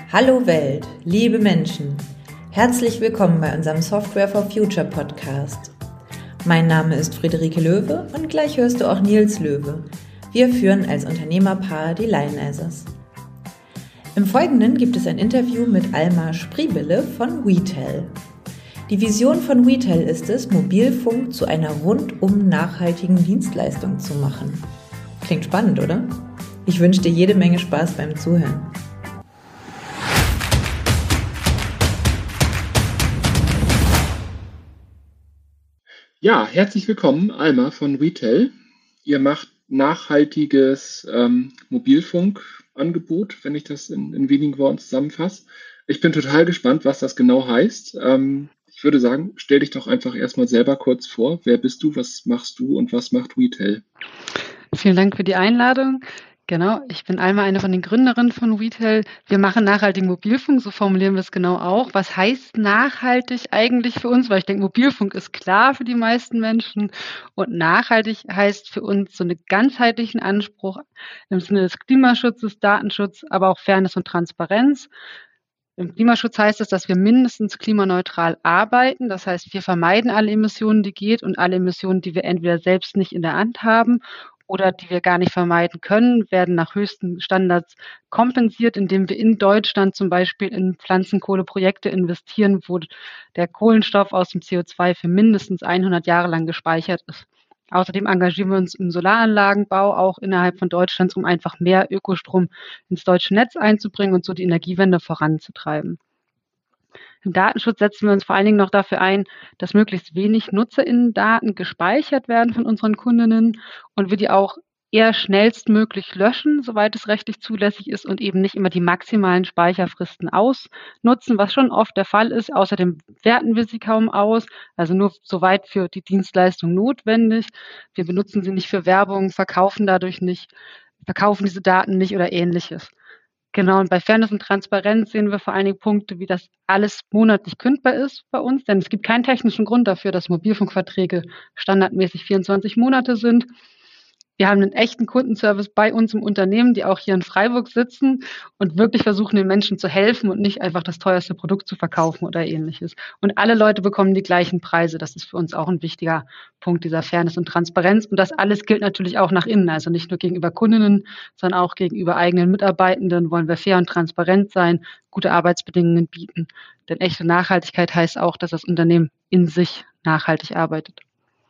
Hallo Welt, liebe Menschen, herzlich willkommen bei unserem Software for Future Podcast. Mein Name ist Friederike Löwe und gleich hörst du auch Nils Löwe. Wir führen als Unternehmerpaar die Lionizers. Im Folgenden gibt es ein Interview mit Alma Spriebele von WeTel. Die Vision von WeTel ist es, Mobilfunk zu einer rundum nachhaltigen Dienstleistung zu machen. Klingt spannend, oder? Ich wünsche dir jede Menge Spaß beim Zuhören. Ja, herzlich willkommen, Alma von WeTel. Ihr macht nachhaltiges Mobilfunkangebot, wenn ich das in wenigen Worten zusammenfasse. Ich bin total gespannt, was das genau heißt. Ich würde sagen, stell dich doch einfach erstmal selber kurz vor. Wer bist du, was machst du und was macht WeTel? Vielen Dank für die Einladung. Genau, ich bin Alma, eine von den Gründerinnen von WeTel. Wir machen nachhaltigen Mobilfunk, so formulieren wir es genau auch. Was heißt nachhaltig eigentlich für uns? Weil ich denke, Mobilfunk ist klar für die meisten Menschen und nachhaltig heißt für uns so einen ganzheitlichen Anspruch im Sinne des Klimaschutzes, Datenschutz, aber auch Fairness und Transparenz. Im Klimaschutz heißt es, dass wir mindestens klimaneutral arbeiten. Das heißt, wir vermeiden alle Emissionen, die geht und alle Emissionen, die wir entweder selbst nicht in der Hand haben oder die wir gar nicht vermeiden können, werden nach höchsten Standards kompensiert, indem wir in Deutschland zum Beispiel in Pflanzenkohleprojekte investieren, wo der Kohlenstoff aus dem CO2 für mindestens 100 Jahre lang gespeichert ist. Außerdem engagieren wir uns im Solaranlagenbau auch innerhalb von Deutschlands, um einfach mehr Ökostrom ins deutsche Netz einzubringen und so die Energiewende voranzutreiben. Im Datenschutz setzen wir uns vor allen Dingen noch dafür ein, dass möglichst wenig NutzerInnen-Daten gespeichert werden von unseren Kundinnen und wir die auch eher schnellstmöglich löschen, soweit es rechtlich zulässig ist und eben nicht immer die maximalen Speicherfristen ausnutzen, was schon oft der Fall ist. Außerdem werten wir sie kaum aus, also nur soweit für die Dienstleistung notwendig. Wir benutzen sie nicht für Werbung, verkaufen dadurch nicht, verkaufen diese Daten nicht oder Ähnliches. Genau, und bei Fairness und Transparenz sehen wir vor allen Dingen Punkte, wie das alles monatlich kündbar ist bei uns, denn es gibt keinen technischen Grund dafür, dass Mobilfunkverträge standardmäßig 24 Monate sind. Wir haben einen echten Kundenservice bei uns im Unternehmen, die auch hier in Freiburg sitzen und wirklich versuchen, den Menschen zu helfen und nicht einfach das teuerste Produkt zu verkaufen oder Ähnliches. Und alle Leute bekommen die gleichen Preise. Das ist für uns auch ein wichtiger Punkt dieser Fairness und Transparenz. Und das alles gilt natürlich auch nach innen, also nicht nur gegenüber Kundinnen, sondern auch gegenüber eigenen Mitarbeitenden wollen wir fair und transparent sein, gute Arbeitsbedingungen bieten. Denn echte Nachhaltigkeit heißt auch, dass das Unternehmen in sich nachhaltig arbeitet.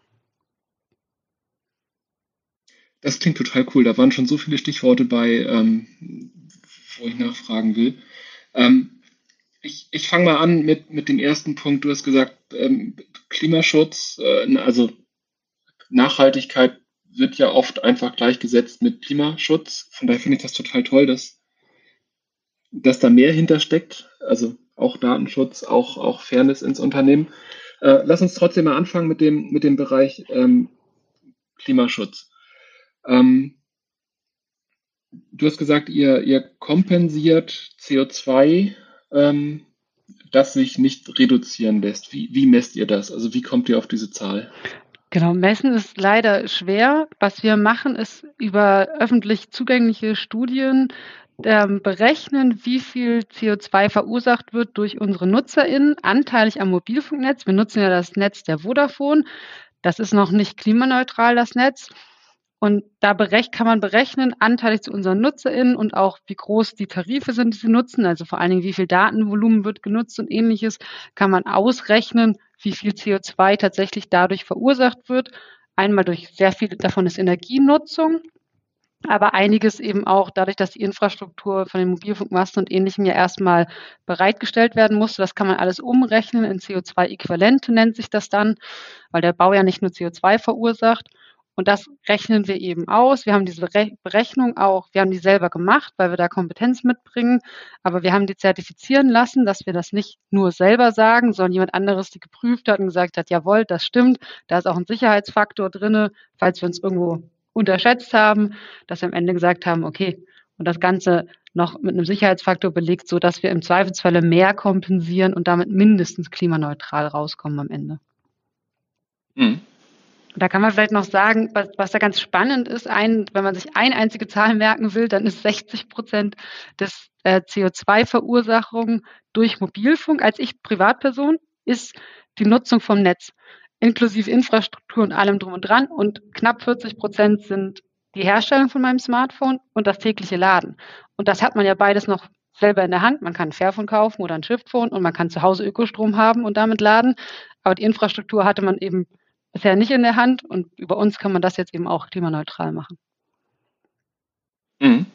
Das klingt total cool. Da waren schon so viele Stichworte bei, wo ich nachfragen will. Ich fange mal an mit dem ersten Punkt. Du hast gesagt, Klimaschutz, also Nachhaltigkeit wird ja oft einfach gleichgesetzt mit Klimaschutz. Von daher finde ich das total toll, dass da mehr hintersteckt. Also auch Datenschutz, auch Fairness ins Unternehmen. Lass uns trotzdem mal anfangen mit dem Bereich Klimaschutz. Du hast gesagt, ihr kompensiert CO2, das sich nicht reduzieren lässt. Wie messt ihr das? Also wie kommt ihr auf diese Zahl? Genau, messen ist leider schwer. Was wir machen, ist über öffentlich zugängliche Studien berechnen, wie viel CO2 verursacht wird durch unsere NutzerInnen, anteilig am Mobilfunknetz. Wir nutzen ja das Netz der Vodafone. Das ist noch nicht klimaneutral, das Netz. Und da kann man berechnen, anteilig zu unseren NutzerInnen und auch wie groß die Tarife sind, die sie nutzen, also vor allen Dingen, wie viel Datenvolumen wird genutzt und Ähnliches, kann man ausrechnen, wie viel CO2 tatsächlich dadurch verursacht wird. Einmal durch sehr viel davon ist Energienutzung, aber einiges eben auch dadurch, dass die Infrastruktur von den Mobilfunkmasten und Ähnlichem ja erstmal bereitgestellt werden musste. Das kann man alles umrechnen in CO2-Äquivalente, nennt sich das dann, weil der Bau ja nicht nur CO2 verursacht. Und das rechnen wir eben aus. Wir haben diese Berechnung auch, wir haben die selber gemacht, weil wir da Kompetenz mitbringen. Aber wir haben die zertifizieren lassen, dass wir das nicht nur selber sagen, sondern jemand anderes die geprüft hat und gesagt hat, jawohl, das stimmt. Da ist auch ein Sicherheitsfaktor drin, falls wir uns irgendwo unterschätzt haben, dass wir am Ende gesagt haben, okay, und das Ganze noch mit einem Sicherheitsfaktor belegt, so dass wir im Zweifelsfalle mehr kompensieren und damit mindestens klimaneutral rauskommen am Ende. Mhm. Da kann man vielleicht noch sagen, was da ganz spannend ist, wenn man sich eine einzige Zahl merken will, dann ist 60% des CO2-Verursachung durch Mobilfunk als ich Privatperson ist die Nutzung vom Netz, inklusive Infrastruktur und allem drum und dran. Und knapp 40% sind die Herstellung von meinem Smartphone und das tägliche Laden. Und das hat man ja beides noch selber in der Hand. Man kann ein Fairphone kaufen oder ein Shiftphone und man kann zu Hause Ökostrom haben und damit laden. Aber die Infrastruktur hatte man eben bisher nicht in der Hand und über uns kann man das jetzt eben auch klimaneutral machen. Mhm.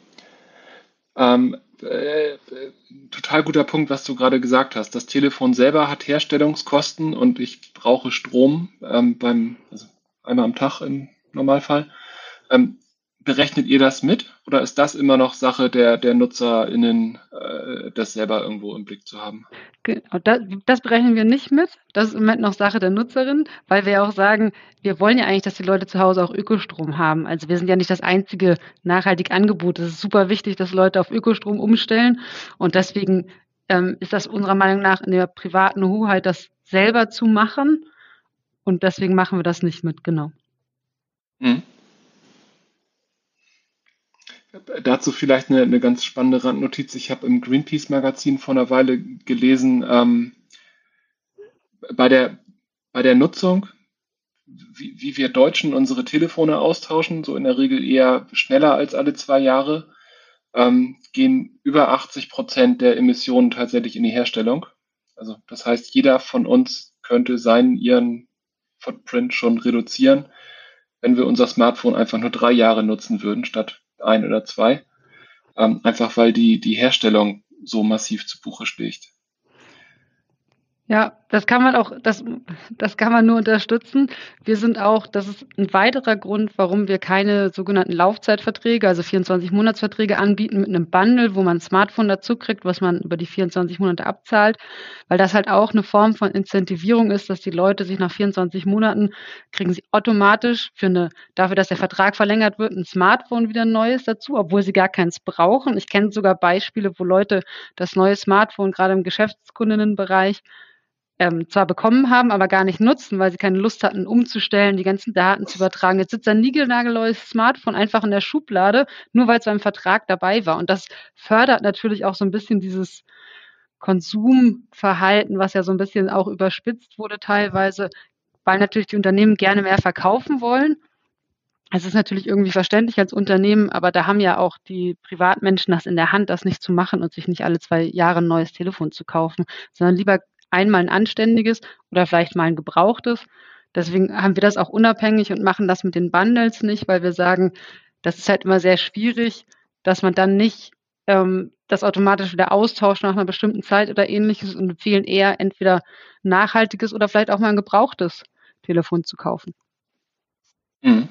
Total guter Punkt, was du gerade gesagt hast. Das Telefon selber hat Herstellungskosten und ich brauche Strom also einmal am Tag im Normalfall. Berechnet ihr das mit oder ist das immer noch Sache der NutzerInnen, das selber irgendwo im Blick zu haben? Genau, das berechnen wir nicht mit. Das ist im Moment noch Sache der Nutzerin, weil wir auch sagen, wir wollen ja eigentlich, dass die Leute zu Hause auch Ökostrom haben. Also wir sind ja nicht das einzige nachhaltige Angebot. Es ist super wichtig, dass Leute auf Ökostrom umstellen. Und deswegen ist das unserer Meinung nach in der privaten Hoheit, das selber zu machen. Und deswegen machen wir das nicht mit, genau. Mhm. Dazu vielleicht eine ganz spannende Randnotiz. Ich habe im Greenpeace-Magazin vor einer Weile gelesen, bei der Nutzung, wie wir Deutschen unsere Telefone austauschen, so in der Regel eher schneller als alle 2 Jahre, gehen über 80% der Emissionen tatsächlich in die Herstellung. Also das heißt, jeder von uns könnte ihren Footprint schon reduzieren, wenn wir unser Smartphone einfach nur 3 Jahre nutzen würden, statt 1 oder 2. Einfach weil die Herstellung so massiv zu Buche schlägt. Ja, das kann man nur unterstützen. Das ist ein weiterer Grund, warum wir keine sogenannten Laufzeitverträge, also 24-Monatsverträge anbieten mit einem Bundle, wo man ein Smartphone dazu kriegt, was man über die 24 Monate abzahlt, weil das halt auch eine Form von Incentivierung ist, dass die Leute sich nach 24 Monaten kriegen sie automatisch dafür, dass der Vertrag verlängert wird, ein Smartphone wieder ein neues dazu, obwohl sie gar keins brauchen. Ich kenne sogar Beispiele, wo Leute das neue Smartphone gerade im Geschäftskundinnenbereich zwar bekommen haben, aber gar nicht nutzen, weil sie keine Lust hatten, umzustellen, die ganzen Daten zu übertragen. Jetzt sitzt ein niegelnagelneues Smartphone einfach in der Schublade, nur weil es beim Vertrag dabei war. Und das fördert natürlich auch so ein bisschen dieses Konsumverhalten, was ja so ein bisschen auch überspitzt wurde teilweise, weil natürlich die Unternehmen gerne mehr verkaufen wollen. Es ist natürlich irgendwie verständlich als Unternehmen, aber da haben ja auch die Privatmenschen das in der Hand, das nicht zu machen und sich nicht alle 2 Jahre ein neues Telefon zu kaufen, sondern lieber einmal ein anständiges oder vielleicht mal ein gebrauchtes. Deswegen haben wir das auch unabhängig und machen das mit den Bundles nicht, weil wir sagen, das ist halt immer sehr schwierig, dass man dann nicht das automatisch wieder austauscht nach einer bestimmten Zeit oder ähnliches und empfehlen eher entweder nachhaltiges oder vielleicht auch mal ein gebrauchtes Telefon zu kaufen. Mhm.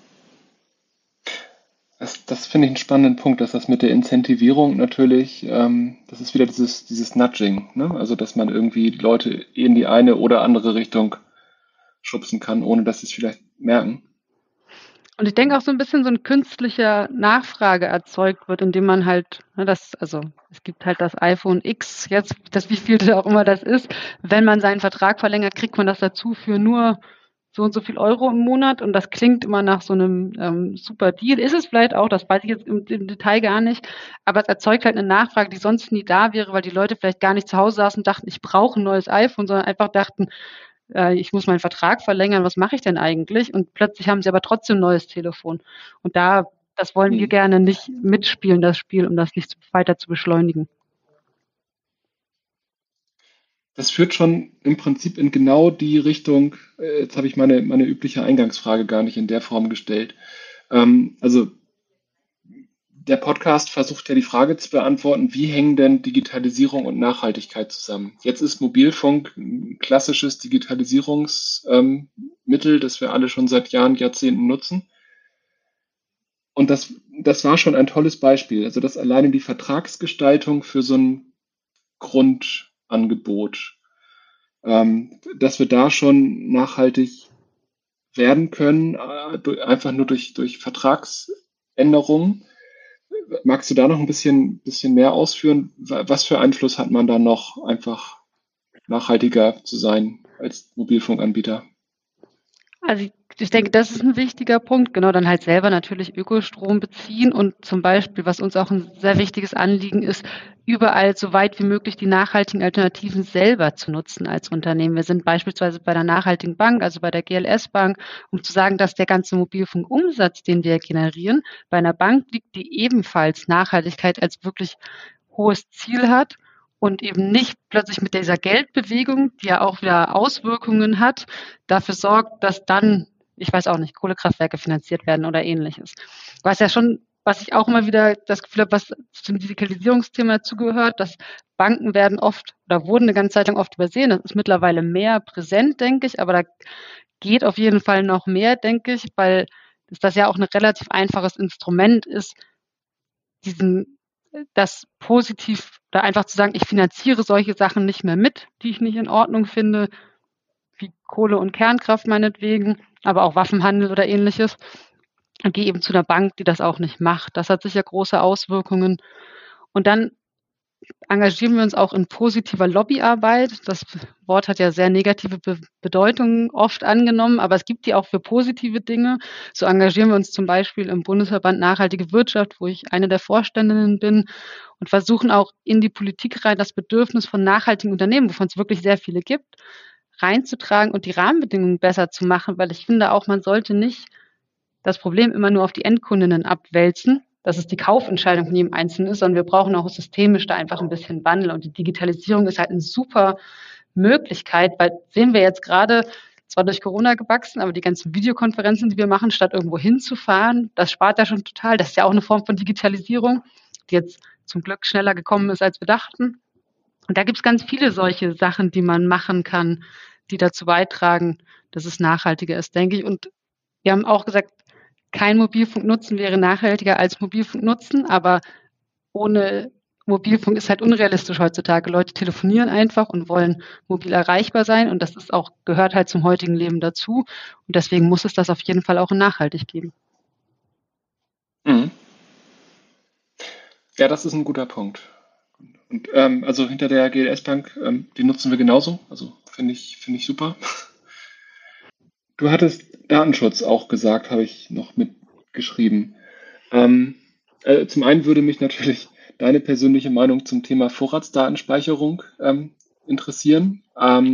Das finde ich einen spannenden Punkt, dass das mit der Incentivierung natürlich, das ist wieder dieses Nudging, ne? Also dass man irgendwie die Leute in die eine oder andere Richtung schubsen kann, ohne dass sie es vielleicht merken. Und ich denke auch so ein bisschen so ein künstlicher Nachfrage erzeugt wird, indem man halt, es gibt halt das iPhone X jetzt, das wievielte auch immer das ist. Wenn man seinen Vertrag verlängert, kriegt man das dazu für nur so und so viel Euro im Monat und das klingt immer nach so einem super Deal. Ist es vielleicht auch, das weiß ich jetzt im Detail gar nicht, aber es erzeugt halt eine Nachfrage, die sonst nie da wäre, weil die Leute vielleicht gar nicht zu Hause saßen und dachten, ich brauche ein neues iPhone, sondern einfach dachten, ich muss meinen Vertrag verlängern, was mache ich denn eigentlich? Und plötzlich haben sie aber trotzdem ein neues Telefon. Und das wollen wir Hm. gerne nicht mitspielen, das Spiel, um das nicht weiter zu beschleunigen. Das führt schon im Prinzip in genau die Richtung, jetzt habe ich meine übliche Eingangsfrage gar nicht in der Form gestellt. Also der Podcast versucht ja die Frage zu beantworten, wie hängen denn Digitalisierung und Nachhaltigkeit zusammen? Jetzt ist Mobilfunk ein klassisches Digitalisierungsmittel, das wir alle schon seit Jahren, Jahrzehnten nutzen. Und das war schon ein tolles Beispiel. Also dass alleine die Vertragsgestaltung für so ein Grundangebot, dass wir da schon nachhaltig werden können, einfach nur durch Vertragsänderungen. Magst du da noch ein bisschen mehr ausführen? Was für Einfluss hat man da noch, einfach nachhaltiger zu sein als Mobilfunkanbieter? Also Ich denke, das ist ein wichtiger Punkt. Genau, dann halt selber natürlich Ökostrom beziehen und zum Beispiel, was uns auch ein sehr wichtiges Anliegen ist, überall so weit wie möglich die nachhaltigen Alternativen selber zu nutzen als Unternehmen. Wir sind beispielsweise bei der nachhaltigen Bank, also bei der GLS Bank, um zu sagen, dass der ganze Mobilfunkumsatz, den wir generieren, bei einer Bank liegt, die ebenfalls Nachhaltigkeit als wirklich hohes Ziel hat und eben nicht plötzlich mit dieser Geldbewegung, die ja auch wieder Auswirkungen hat, dafür sorgt, dass dann, ich weiß auch nicht, Kohlekraftwerke finanziert werden oder ähnliches. Was ja schon, was ich auch immer wieder das Gefühl habe, was zum Digitalisierungsthema dazugehört, dass Banken werden oft oder wurden eine ganze Zeit lang oft übersehen. Das ist mittlerweile mehr präsent, denke ich, aber da geht auf jeden Fall noch mehr, denke ich, weil das ja auch ein relativ einfaches Instrument ist, das positiv oder einfach zu sagen, ich finanziere solche Sachen nicht mehr mit, die ich nicht in Ordnung finde, wie Kohle- und Kernkraft meinetwegen, aber auch Waffenhandel oder ähnliches. Und gehe eben zu einer Bank, die das auch nicht macht. Das hat sicher große Auswirkungen. Und dann engagieren wir uns auch in positiver Lobbyarbeit. Das Wort hat ja sehr negative Bedeutungen oft angenommen, aber es gibt die auch für positive Dinge. So engagieren wir uns zum Beispiel im Bundesverband Nachhaltige Wirtschaft, wo ich eine der Vorständinnen bin, und versuchen auch in die Politik rein das Bedürfnis von nachhaltigen Unternehmen, wovon es wirklich sehr viele gibt, reinzutragen und die Rahmenbedingungen besser zu machen, weil ich finde auch, man sollte nicht das Problem immer nur auf die Endkundinnen abwälzen, dass es die Kaufentscheidung von jedem Einzelnen ist, sondern wir brauchen auch systemisch da einfach ein bisschen Wandel. Und die Digitalisierung ist halt eine super Möglichkeit, weil sehen wir jetzt gerade, zwar durch Corona gewachsen, aber die ganzen Videokonferenzen, die wir machen, statt irgendwo hinzufahren, das spart ja schon total. Das ist ja auch eine Form von Digitalisierung, die jetzt zum Glück schneller gekommen ist, als wir dachten. Und da gibt es ganz viele solche Sachen, die man machen kann, die dazu beitragen, dass es nachhaltiger ist, denke ich. Und wir haben auch gesagt, kein Mobilfunknutzen wäre nachhaltiger als Mobilfunknutzen, aber ohne Mobilfunk ist halt unrealistisch heutzutage. Leute telefonieren einfach und wollen mobil erreichbar sein und das ist auch, gehört halt zum heutigen Leben dazu. Und deswegen muss es das auf jeden Fall auch in nachhaltig geben. Mhm. Ja, das ist ein guter Punkt. Und also hinter der GLS Bank, die nutzen wir genauso. Also finde ich super. Du hattest Datenschutz auch gesagt, habe ich noch mitgeschrieben. Zum einen würde mich natürlich deine persönliche Meinung zum Thema Vorratsdatenspeicherung interessieren,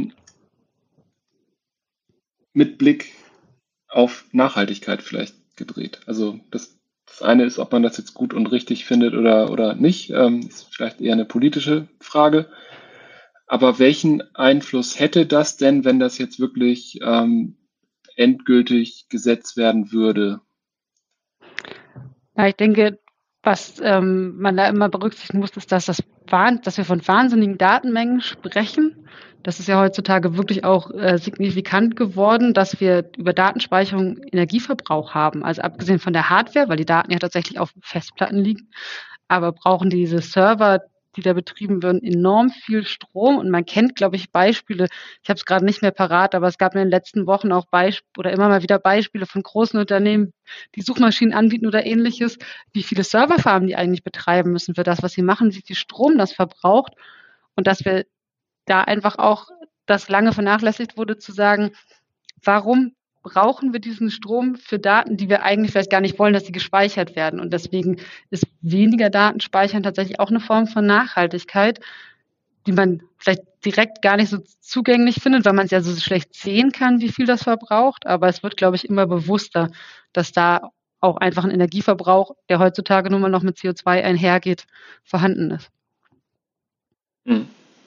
mit Blick auf Nachhaltigkeit vielleicht gedreht. Also das eine ist, ob man das jetzt gut und richtig findet oder nicht, ist vielleicht eher eine politische Frage. Aber welchen Einfluss hätte das denn, wenn das jetzt wirklich endgültig gesetzt werden würde? Ja, ich denke, was man da immer berücksichtigen muss, ist, dass wir von wahnsinnigen Datenmengen sprechen. Das ist ja heutzutage wirklich auch signifikant geworden, dass wir über Datenspeicherung Energieverbrauch haben. Also abgesehen von der Hardware, weil die Daten ja tatsächlich auf Festplatten liegen, aber brauchen diese Server, die da betrieben werden, enorm viel Strom. Und man kennt, glaube ich, Beispiele, ich habe es gerade nicht mehr parat, aber es gab in den letzten Wochen auch oder immer mal wieder Beispiele von großen Unternehmen, die Suchmaschinen anbieten oder ähnliches, wie viele Serverfarmen die eigentlich betreiben müssen für das, was sie machen, wie viel Strom das verbraucht und dass wir da einfach auch das lange vernachlässigt wurde, zu sagen, warum brauchen wir diesen Strom für Daten, die wir eigentlich vielleicht gar nicht wollen, dass sie gespeichert werden. Und deswegen ist weniger Datenspeichern tatsächlich auch eine Form von Nachhaltigkeit, die man vielleicht direkt gar nicht so zugänglich findet, weil man es ja so schlecht sehen kann, wie viel das verbraucht. Aber es wird, glaube ich, immer bewusster, dass da auch einfach ein Energieverbrauch, der heutzutage nun mal noch mit CO2 einhergeht, vorhanden ist. Hm.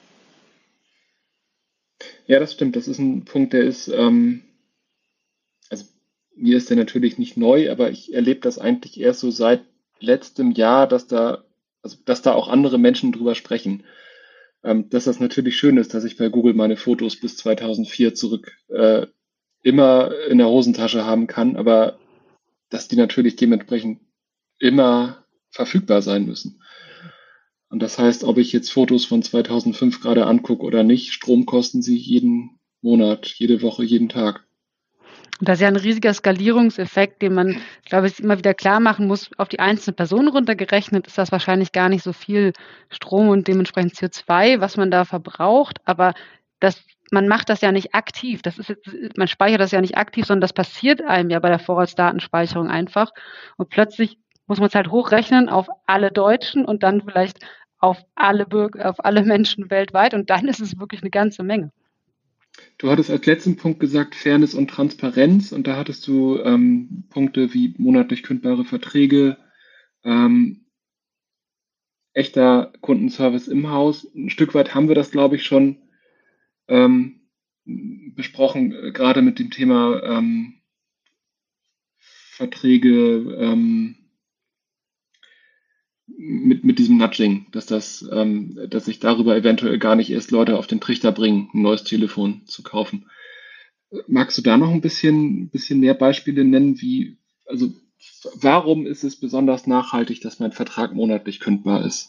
Ja, das stimmt. Das ist ein Punkt, der ist, also mir ist der natürlich nicht neu, aber ich erlebe das eigentlich erst so seit letztem Jahr, dass da auch andere Menschen drüber sprechen. Dass das natürlich schön ist, dass ich bei Google meine Fotos bis 2004 zurück immer in der Hosentasche haben kann, aber dass die natürlich dementsprechend immer verfügbar sein müssen. Und das heißt, ob ich jetzt Fotos von 2005 gerade angucke oder nicht, Strom kosten sie jeden Monat, jede Woche, jeden Tag. Und das ist ja ein riesiger Skalierungseffekt, den man, glaube ich, immer wieder klar machen muss. Auf die einzelne Person runtergerechnet ist das wahrscheinlich gar nicht so viel Strom und dementsprechend CO2, was man da verbraucht. Aber man macht das ja nicht aktiv. Man speichert das ja nicht aktiv, sondern das passiert einem ja bei der Vorratsdatenspeicherung einfach. Und plötzlich muss man es halt hochrechnen auf alle Deutschen und dann vielleicht auf alle Menschen weltweit. Und dann ist es wirklich eine ganze Menge. Du hattest als letzten Punkt gesagt Fairness und Transparenz, und da hattest du Punkte wie monatlich kündbare Verträge, echter Kundenservice im Haus. Ein Stück weit haben wir das, glaube ich, schon besprochen, gerade mit dem Thema Verträge mit diesem Nudging, dass sich darüber eventuell gar nicht erst Leute auf den Trichter bringen, ein neues Telefon zu kaufen. Magst du da noch ein bisschen mehr Beispiele nennen, also warum ist es besonders nachhaltig, dass mein Vertrag monatlich kündbar ist?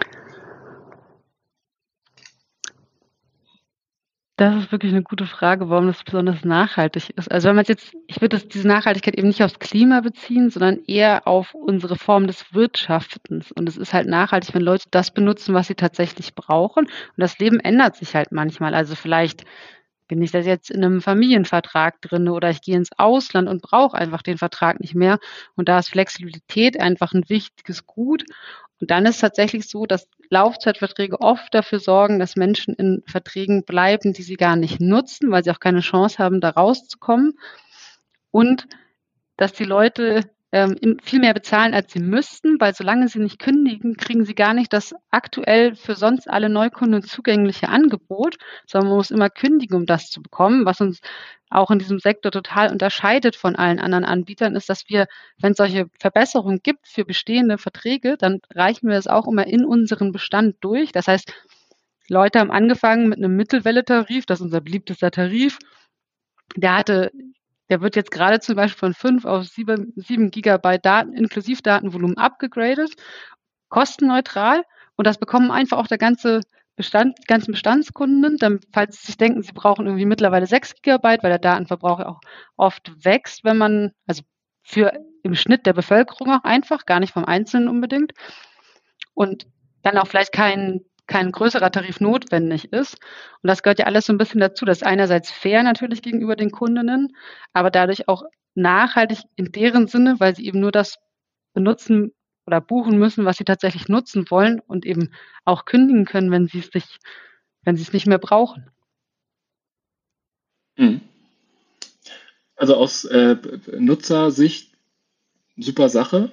Das ist wirklich eine gute Frage, warum das besonders nachhaltig ist. Also wenn man ich würde diese Nachhaltigkeit eben nicht aufs Klima beziehen, sondern eher auf unsere Form des Wirtschaftens. Und es ist halt nachhaltig, wenn Leute das benutzen, was sie tatsächlich brauchen. Und das Leben ändert sich halt manchmal. Also vielleicht bin ich das jetzt in einem Familienvertrag drin oder ich gehe ins Ausland und brauche einfach den Vertrag nicht mehr. Und da ist Flexibilität einfach ein wichtiges Gut. Und dann ist tatsächlich so, dass Laufzeitverträge oft dafür sorgen, dass Menschen in Verträgen bleiben, die sie gar nicht nutzen, weil sie auch keine Chance haben, da rauszukommen. Und dass die Leute viel mehr bezahlen, als sie müssten, weil solange sie nicht kündigen, kriegen sie gar nicht das aktuell für sonst alle Neukunden zugängliche Angebot, sondern man muss immer kündigen, um das zu bekommen. Was uns auch in diesem Sektor total unterscheidet von allen anderen Anbietern, ist, dass wir, wenn es solche Verbesserungen gibt für bestehende Verträge, dann reichen wir es auch immer in unseren Bestand durch. Das heißt, Leute haben angefangen mit einem Mittelwelle-Tarif, das ist unser beliebtester Tarif. Der wird jetzt gerade zum Beispiel von 5 auf 7 Gigabyte Daten, inklusive Datenvolumen abgegradet, kostenneutral. Und das bekommen einfach auch die ganzen Bestandskunden, dann, falls sie sich denken, sie brauchen irgendwie mittlerweile 6 Gigabyte, weil der Datenverbrauch auch oft wächst, also im Schnitt der Bevölkerung auch einfach, gar nicht vom Einzelnen unbedingt. Und dann auch vielleicht kein größerer Tarif notwendig ist. Und das gehört ja alles so ein bisschen dazu. Das ist einerseits fair natürlich gegenüber den Kundinnen, aber dadurch auch nachhaltig in deren Sinne, weil sie eben nur das benutzen oder buchen müssen, was sie tatsächlich nutzen wollen und eben auch kündigen können, wenn sie es nicht mehr brauchen. Also aus Nutzersicht super Sache.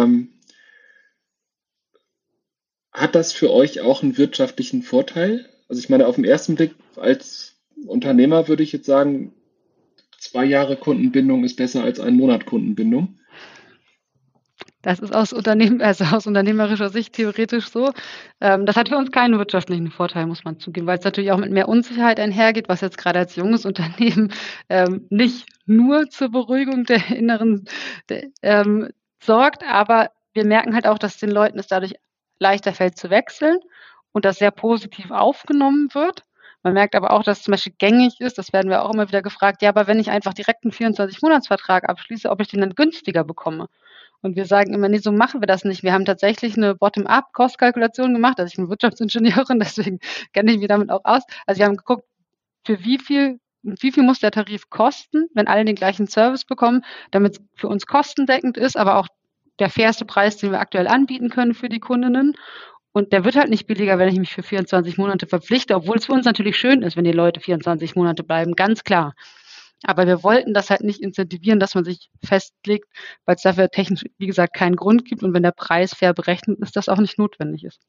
Hat das für euch auch einen wirtschaftlichen Vorteil? Also ich meine, auf den ersten Blick als Unternehmer würde ich jetzt sagen, 2 Jahre Kundenbindung ist besser als 1 Monat Kundenbindung. Das ist aus unternehmerischer Sicht theoretisch so. Das hat für uns keinen wirtschaftlichen Vorteil, muss man zugeben, weil es natürlich auch mit mehr Unsicherheit einhergeht, was jetzt gerade als junges Unternehmen nicht nur zur Beruhigung der inneren sorgt, aber wir merken halt auch, dass den Leuten es dadurch leichter fällt zu wechseln und das sehr positiv aufgenommen wird. Man merkt aber auch, dass es zum Beispiel gängig ist, das werden wir auch immer wieder gefragt, ja, aber wenn ich einfach direkt einen 24-Monats-Vertrag abschließe, ob ich den dann günstiger bekomme. Und wir sagen immer, nee, so machen wir das nicht. Wir haben tatsächlich eine Bottom-up-Kostkalkulation gemacht. Also ich bin Wirtschaftsingenieurin, deswegen kenne ich mich damit auch aus. Also wir haben geguckt, für wie viel muss der Tarif kosten, wenn alle den gleichen Service bekommen, damit es für uns kostendeckend ist, aber auch der fairste Preis, den wir aktuell anbieten können für die Kundinnen. Und der wird halt nicht billiger, wenn ich mich für 24 Monate verpflichte, obwohl es für uns natürlich schön ist, wenn die Leute 24 Monate bleiben, ganz klar. Aber wir wollten das halt nicht incentivieren, dass man sich festlegt, weil es dafür technisch, wie gesagt, keinen Grund gibt und wenn der Preis fair berechnet ist, das auch nicht notwendig ist.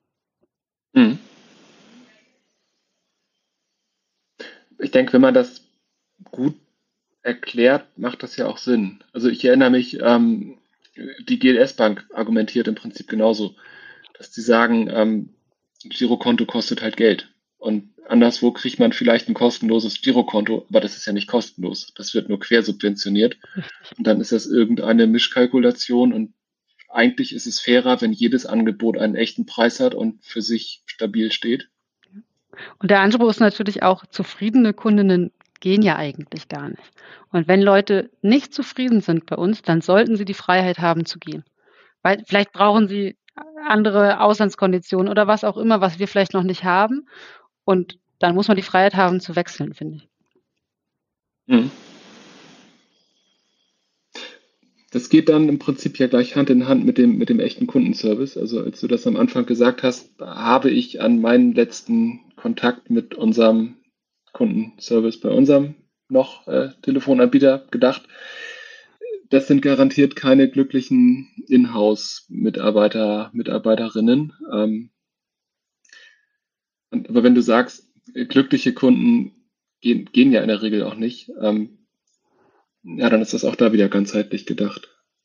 Ich denke, wenn man das gut erklärt, macht das ja auch Sinn. Also ich erinnere mich, die GLS Bank argumentiert im Prinzip genauso, dass sie sagen, Girokonto kostet halt Geld. Und anderswo kriegt man vielleicht ein kostenloses Girokonto, aber das ist ja nicht kostenlos. Das wird nur quersubventioniert. Und dann ist das irgendeine Mischkalkulation und eigentlich ist es fairer, wenn jedes Angebot einen echten Preis hat und für sich stabil steht. Und der Anspruch ist natürlich auch, zufriedene Kundinnen gehen ja eigentlich gar nicht. Und wenn Leute nicht zufrieden sind bei uns, dann sollten sie die Freiheit haben zu gehen. Weil vielleicht brauchen sie andere Auslandskonditionen oder was auch immer, was wir vielleicht noch nicht haben. Und dann muss man die Freiheit haben zu wechseln, finde ich. Mhm. Das geht dann im Prinzip ja gleich Hand in Hand mit dem echten Kundenservice. Also als du das am Anfang gesagt hast, habe ich an meinen letzten Kontakt mit unserem Kundenservice bei unserem noch Telefonanbieter gedacht. Das sind garantiert keine glücklichen Inhouse-Mitarbeiter, Mitarbeiterinnen. Aber wenn du sagst, glückliche Kunden gehen ja in der Regel auch nicht, ja, dann ist das auch da wieder ganzheitlich gedacht.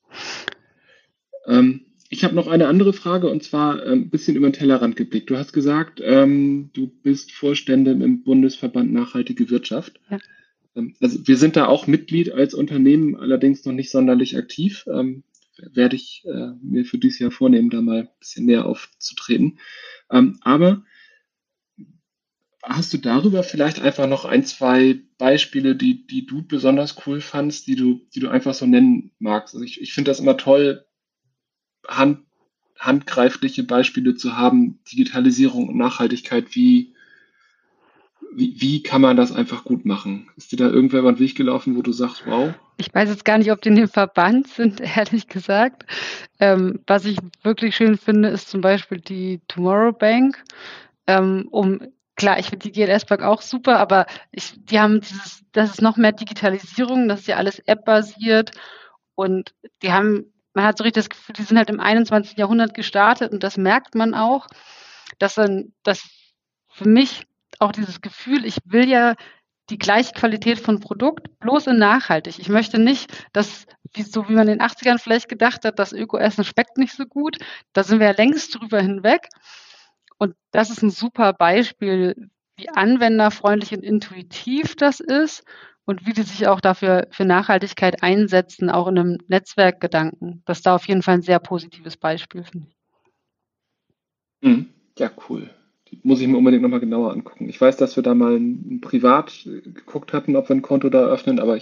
Ich habe noch eine andere Frage und zwar ein bisschen über den Tellerrand geblickt. Du hast gesagt, du bist Vorständin im Bundesverband Nachhaltige Wirtschaft. Ja. Also wir sind da auch Mitglied als Unternehmen, allerdings noch nicht sonderlich aktiv. Werde ich mir für dieses Jahr vornehmen, da mal ein bisschen näher aufzutreten. Aber hast du darüber vielleicht einfach noch ein, zwei Beispiele, die du besonders cool fandst, die du einfach so nennen magst? Also ich finde das immer toll, handgreifliche Beispiele zu haben, Digitalisierung und Nachhaltigkeit, wie kann man das einfach gut machen? Ist dir da irgendwer über den Weg gelaufen, wo du sagst, wow? Ich weiß jetzt gar nicht, ob die in dem Verband sind, ehrlich gesagt. Was ich wirklich schön finde, ist zum Beispiel die Tomorrow Bank. Klar, ich finde die GLS-Bank auch super, aber die haben das ist noch mehr Digitalisierung, das ist ja alles App-basiert und man hat so richtig das Gefühl, die sind halt im 21. Jahrhundert gestartet und das merkt man auch, dass für mich auch dieses Gefühl, ich will ja die gleiche Qualität von Produkt, bloß in nachhaltig. Ich möchte nicht, dass, so wie man in den 80ern vielleicht gedacht hat, das Öko-Essen schmeckt nicht so gut. Da sind wir ja längst drüber hinweg. Und das ist ein super Beispiel, wie anwenderfreundlich und intuitiv das ist und wie die sich auch dafür für Nachhaltigkeit einsetzen, auch in einem Netzwerkgedanken. Das ist da auf jeden Fall ein sehr positives Beispiel, finde ich. Ja, cool. Die muss ich mir unbedingt nochmal genauer angucken. Ich weiß, dass wir da mal privat geguckt hatten, ob wir ein Konto da öffnen, aber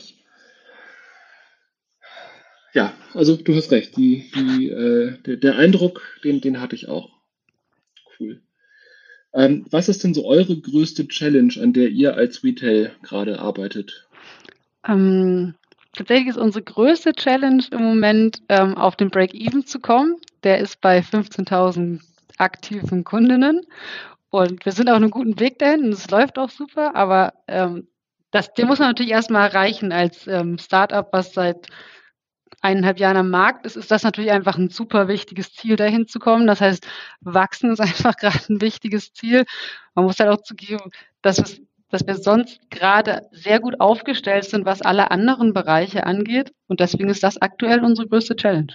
ja, also du hast recht. Der Eindruck, den hatte ich auch. Cool. Was ist denn so eure größte Challenge, an der ihr als Retail gerade arbeitet? Tatsächlich ist unsere größte Challenge im Moment, auf den Break-Even zu kommen. Der ist bei 15.000 aktiven Kundinnen. Und wir sind auf einem guten Weg dahin und es läuft auch super, aber den muss man natürlich erstmal erreichen als Startup, was seit 1,5 Jahren am Markt ist das natürlich einfach ein super wichtiges Ziel, dahin zu kommen. Das heißt, wachsen ist einfach gerade ein wichtiges Ziel. Man muss halt auch zugeben, dass wir sonst gerade sehr gut aufgestellt sind, was alle anderen Bereiche angeht. Und deswegen ist das aktuell unsere größte Challenge.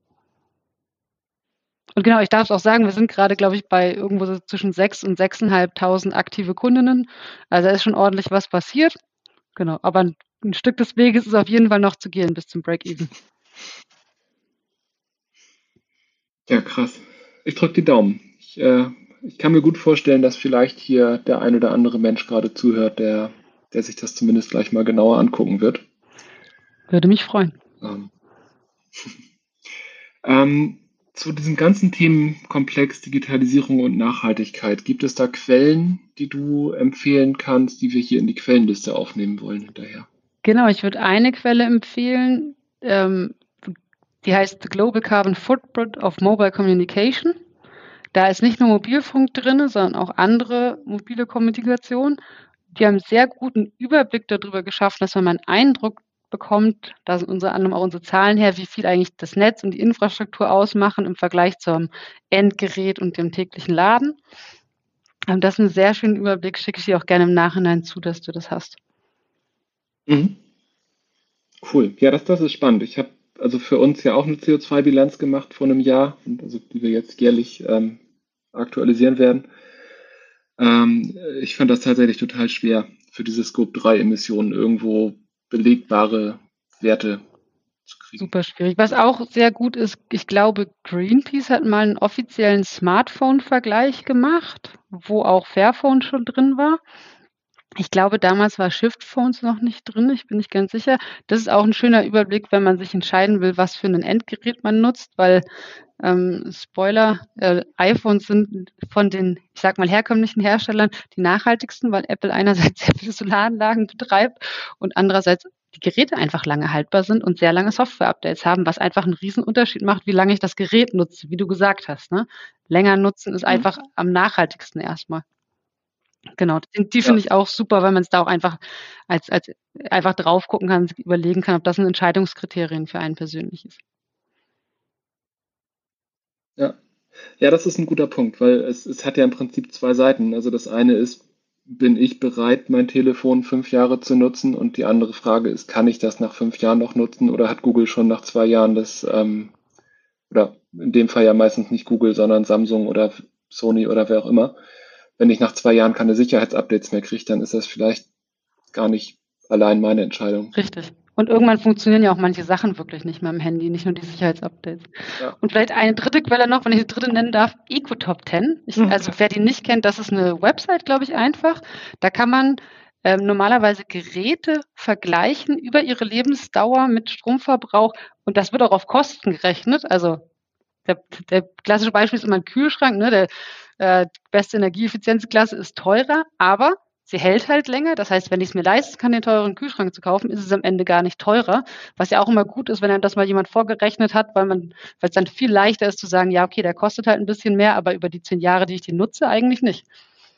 Und genau, ich darf es auch sagen, wir sind gerade, glaube ich, bei irgendwo so zwischen 6.000 und 6.500 aktive Kundinnen. Also da ist schon ordentlich was passiert. Genau, aber ein Stück des Weges ist auf jeden Fall noch zu gehen bis zum Break-Even. Ja, krass. Ich drücke die Daumen. Ich kann mir gut vorstellen, dass vielleicht hier der ein oder andere Mensch gerade zuhört, der sich das zumindest gleich mal genauer angucken wird. Würde mich freuen. Zu diesem ganzen Themenkomplex Digitalisierung und Nachhaltigkeit, gibt es da Quellen, die du empfehlen kannst, die wir hier in die Quellenliste aufnehmen wollen hinterher? Genau, ich würde eine Quelle empfehlen, die heißt The Global Carbon Footprint of Mobile Communication. Da ist nicht nur Mobilfunk drin, sondern auch andere mobile Kommunikation. Die haben einen sehr guten Überblick darüber geschaffen, dass man einen Eindruck bekommt, da sind unter anderem auch unsere Zahlen her, wie viel eigentlich das Netz und die Infrastruktur ausmachen im Vergleich zum Endgerät und dem täglichen Laden. Das ist ein sehr schöner Überblick, schicke ich dir auch gerne im Nachhinein zu, dass du das hast. Mhm. Cool. Ja, das ist spannend. Ich habe also für uns ja auch eine CO2-Bilanz gemacht vor einem Jahr, also die wir jetzt jährlich aktualisieren werden. Ich fand das tatsächlich total schwer, für diese Scope-3-Emissionen irgendwo belegbare Werte zu kriegen. Super schwierig. Was auch sehr gut ist, ich glaube, Greenpeace hat mal einen offiziellen Smartphone-Vergleich gemacht, wo auch Fairphone schon drin war. Ich glaube, damals war Shift Phones noch nicht drin. Ich bin nicht ganz sicher. Das ist auch ein schöner Überblick, wenn man sich entscheiden will, was für ein Endgerät man nutzt, weil Spoiler, iPhones sind von den, ich sag mal, herkömmlichen Herstellern die nachhaltigsten, weil Apple einerseits sehr viele Solaranlagen betreibt und andererseits die Geräte einfach lange haltbar sind und sehr lange Software-Updates haben, was einfach einen riesen Unterschied macht, wie lange ich das Gerät nutze, wie du gesagt hast. Ne? Länger nutzen ist einfach am nachhaltigsten erstmal. Genau, die finde ich auch super, weil man es da auch einfach als einfach drauf gucken kann, überlegen kann, ob das ein Entscheidungskriterien für einen persönlich ist. Ja, das ist ein guter Punkt, weil es hat ja im Prinzip zwei Seiten. Also das eine ist, bin ich bereit, mein Telefon 5 Jahre zu nutzen? Und die andere Frage ist, kann ich das nach 5 Jahren noch nutzen oder hat Google schon nach 2 Jahren oder in dem Fall ja meistens nicht Google, sondern Samsung oder Sony oder wer auch immer. Wenn ich nach 2 Jahren keine Sicherheitsupdates mehr kriege, dann ist das vielleicht gar nicht allein meine Entscheidung. Richtig. Und irgendwann funktionieren ja auch manche Sachen wirklich nicht mehr im Handy, nicht nur die Sicherheitsupdates. Ja. Und vielleicht eine dritte Quelle noch, wenn ich eine dritte nennen darf, Ecotop 10. Also wer die nicht kennt, das ist eine Website, glaube ich, einfach. Da kann man normalerweise Geräte vergleichen über ihre Lebensdauer mit Stromverbrauch und das wird auch auf Kosten gerechnet. Also der klassische Beispiel ist immer ein Kühlschrank, ne? Die beste Energieeffizienzklasse ist teurer, aber sie hält halt länger. Das heißt, wenn ich es mir leisten kann, den teuren Kühlschrank zu kaufen, ist es am Ende gar nicht teurer. Was ja auch immer gut ist, wenn einem das mal jemand vorgerechnet hat, weil es dann viel leichter ist zu sagen, ja, okay, der kostet halt ein bisschen mehr, aber über die 10 Jahre, die ich den nutze, eigentlich nicht.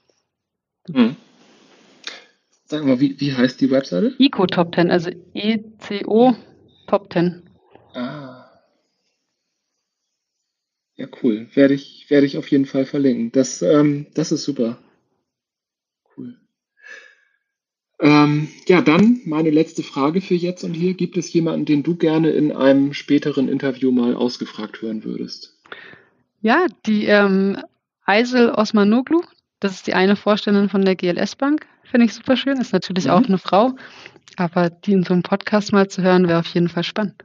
Sag mal, wie heißt die Webseite? Ecotop 10, also ECO Top 10. Ja, cool. Werde ich auf jeden Fall verlinken. Das ist super. Cool. Ja, dann meine letzte Frage für jetzt und hier. Gibt es jemanden, den du gerne in einem späteren Interview mal ausgefragt hören würdest? Ja, die Aysel Osmanoglu, das ist die eine Vorständin von der GLS Bank, finde ich super schön. Ist natürlich auch eine Frau, aber die in so einem Podcast mal zu hören, wäre auf jeden Fall spannend.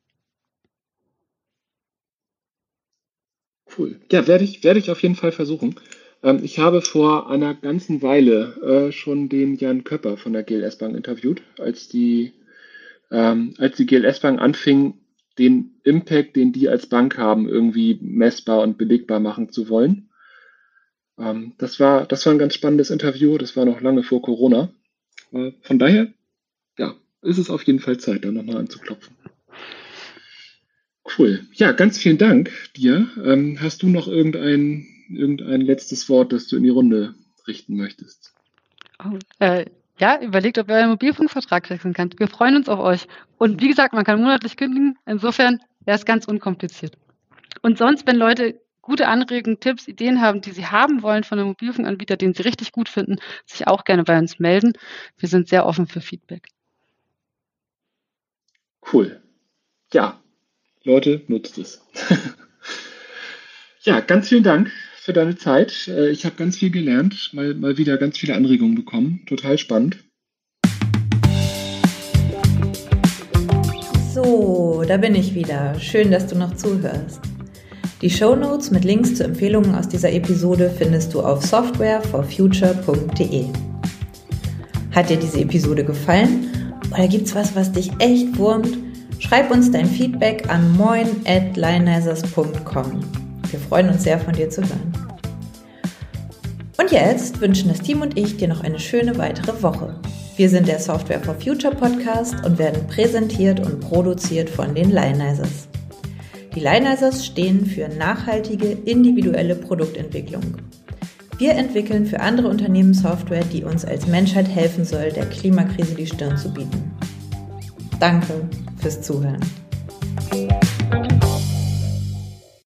Cool. Ja, werde ich auf jeden Fall versuchen. Ich habe vor einer ganzen Weile schon den Jan Köpper von der GLS Bank interviewt, als die GLS Bank anfing, den Impact, den die als Bank haben, irgendwie messbar und belegbar machen zu wollen. Das war ein ganz spannendes Interview. Das war noch lange vor Corona. Von daher, ja, ist es auf jeden Fall Zeit, da nochmal anzuklopfen. Cool. Ja, ganz vielen Dank dir. Hast du noch irgendein letztes Wort, das du in die Runde richten möchtest? Ja, überlegt, ob ihr euren Mobilfunkvertrag wechseln könnt. Wir freuen uns auf euch. Und wie gesagt, man kann monatlich kündigen. Insofern wäre es ganz unkompliziert. Und sonst, wenn Leute gute Anregungen, Tipps, Ideen haben, die sie haben wollen von einem Mobilfunkanbieter, den sie richtig gut finden, sich auch gerne bei uns melden. Wir sind sehr offen für Feedback. Cool. Ja, Leute, nutzt es. Ja, ganz vielen Dank für deine Zeit. Ich habe ganz viel gelernt, mal wieder ganz viele Anregungen bekommen. Total spannend. So, da bin ich wieder. Schön, dass du noch zuhörst. Die Shownotes mit Links zu Empfehlungen aus dieser Episode findest du auf softwareforfuture.de. Hat dir diese Episode gefallen? Oder gibt's was dich echt wurmt? Schreib uns dein Feedback an moin@lionizers.com. Wir freuen uns sehr, von dir zu hören. Und jetzt wünschen das Team und ich dir noch eine schöne weitere Woche. Wir sind der Software for Future Podcast und werden präsentiert und produziert von den Lionizers. Die Lionizers stehen für nachhaltige, individuelle Produktentwicklung. Wir entwickeln für andere Unternehmen Software, die uns als Menschheit helfen soll, der Klimakrise die Stirn zu bieten. Danke fürs Zuhören.